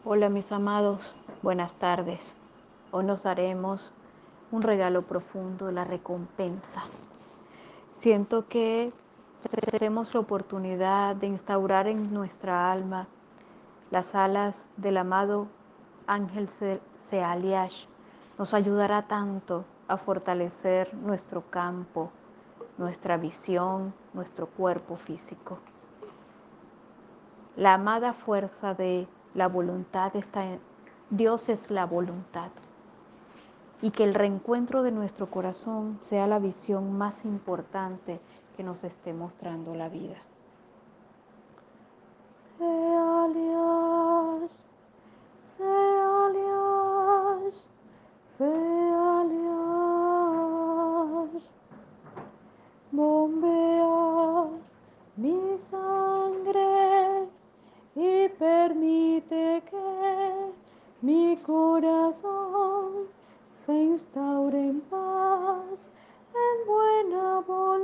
Hola mis amados, buenas tardes. Hoy nos haremos un regalo profundo, la recompensa. Siento que tenemos la oportunidad de instaurar en nuestra alma las alas del amado Ángel Sealiash. Nos ayudará tanto a fortalecer nuestro campo, nuestra visión, nuestro cuerpo físico. La amada fuerza de la voluntad está en Dios es la voluntad. Y que el reencuentro de nuestro corazón sea la visión más importante que nos esté mostrando la vida. Sealiash, Sealiash, Sealiash, bombea mi sangre y permite que mi corazón se instaure en paz, en buena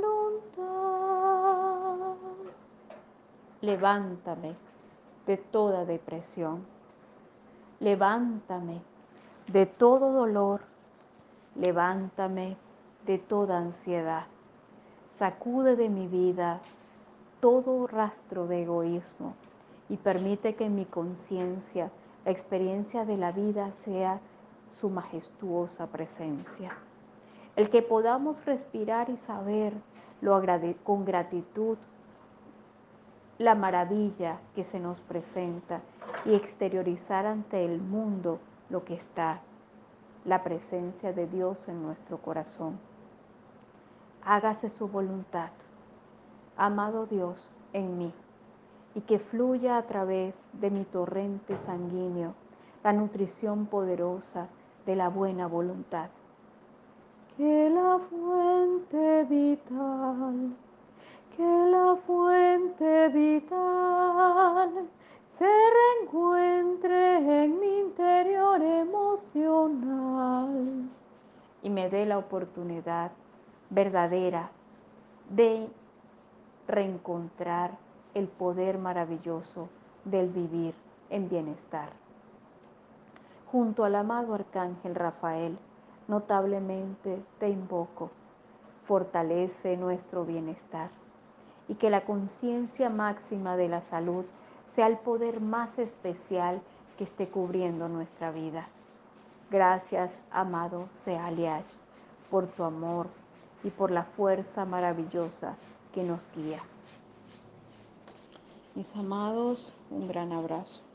voluntad. Levántame de toda depresión, levántame de todo dolor, levántame de toda ansiedad, sacude de mi vida todo rastro de egoísmo y permite que en mi conciencia la experiencia de la vida sea su majestuosa presencia. El que podamos respirar y saber con gratitud la maravilla que se nos presenta y exteriorizar ante el mundo lo que está, la presencia de Dios en nuestro corazón. Hágase su voluntad, amado Dios, en mí, y que fluya a través de mi torrente sanguíneo la nutrición poderosa de la buena voluntad. Que la fuente vital, que la fuente vital se reencuentre en mi interior emocional y me dé la oportunidad verdadera de reencontrar el poder maravilloso del vivir en bienestar. Junto al amado Arcángel Rafael, notablemente te invoco, fortalece nuestro bienestar y que la conciencia máxima de la salud sea el poder más especial que esté cubriendo nuestra vida. Gracias, amado Sealiash, por tu amor y por la fuerza maravillosa que nos guía. Mis amados, un gran abrazo.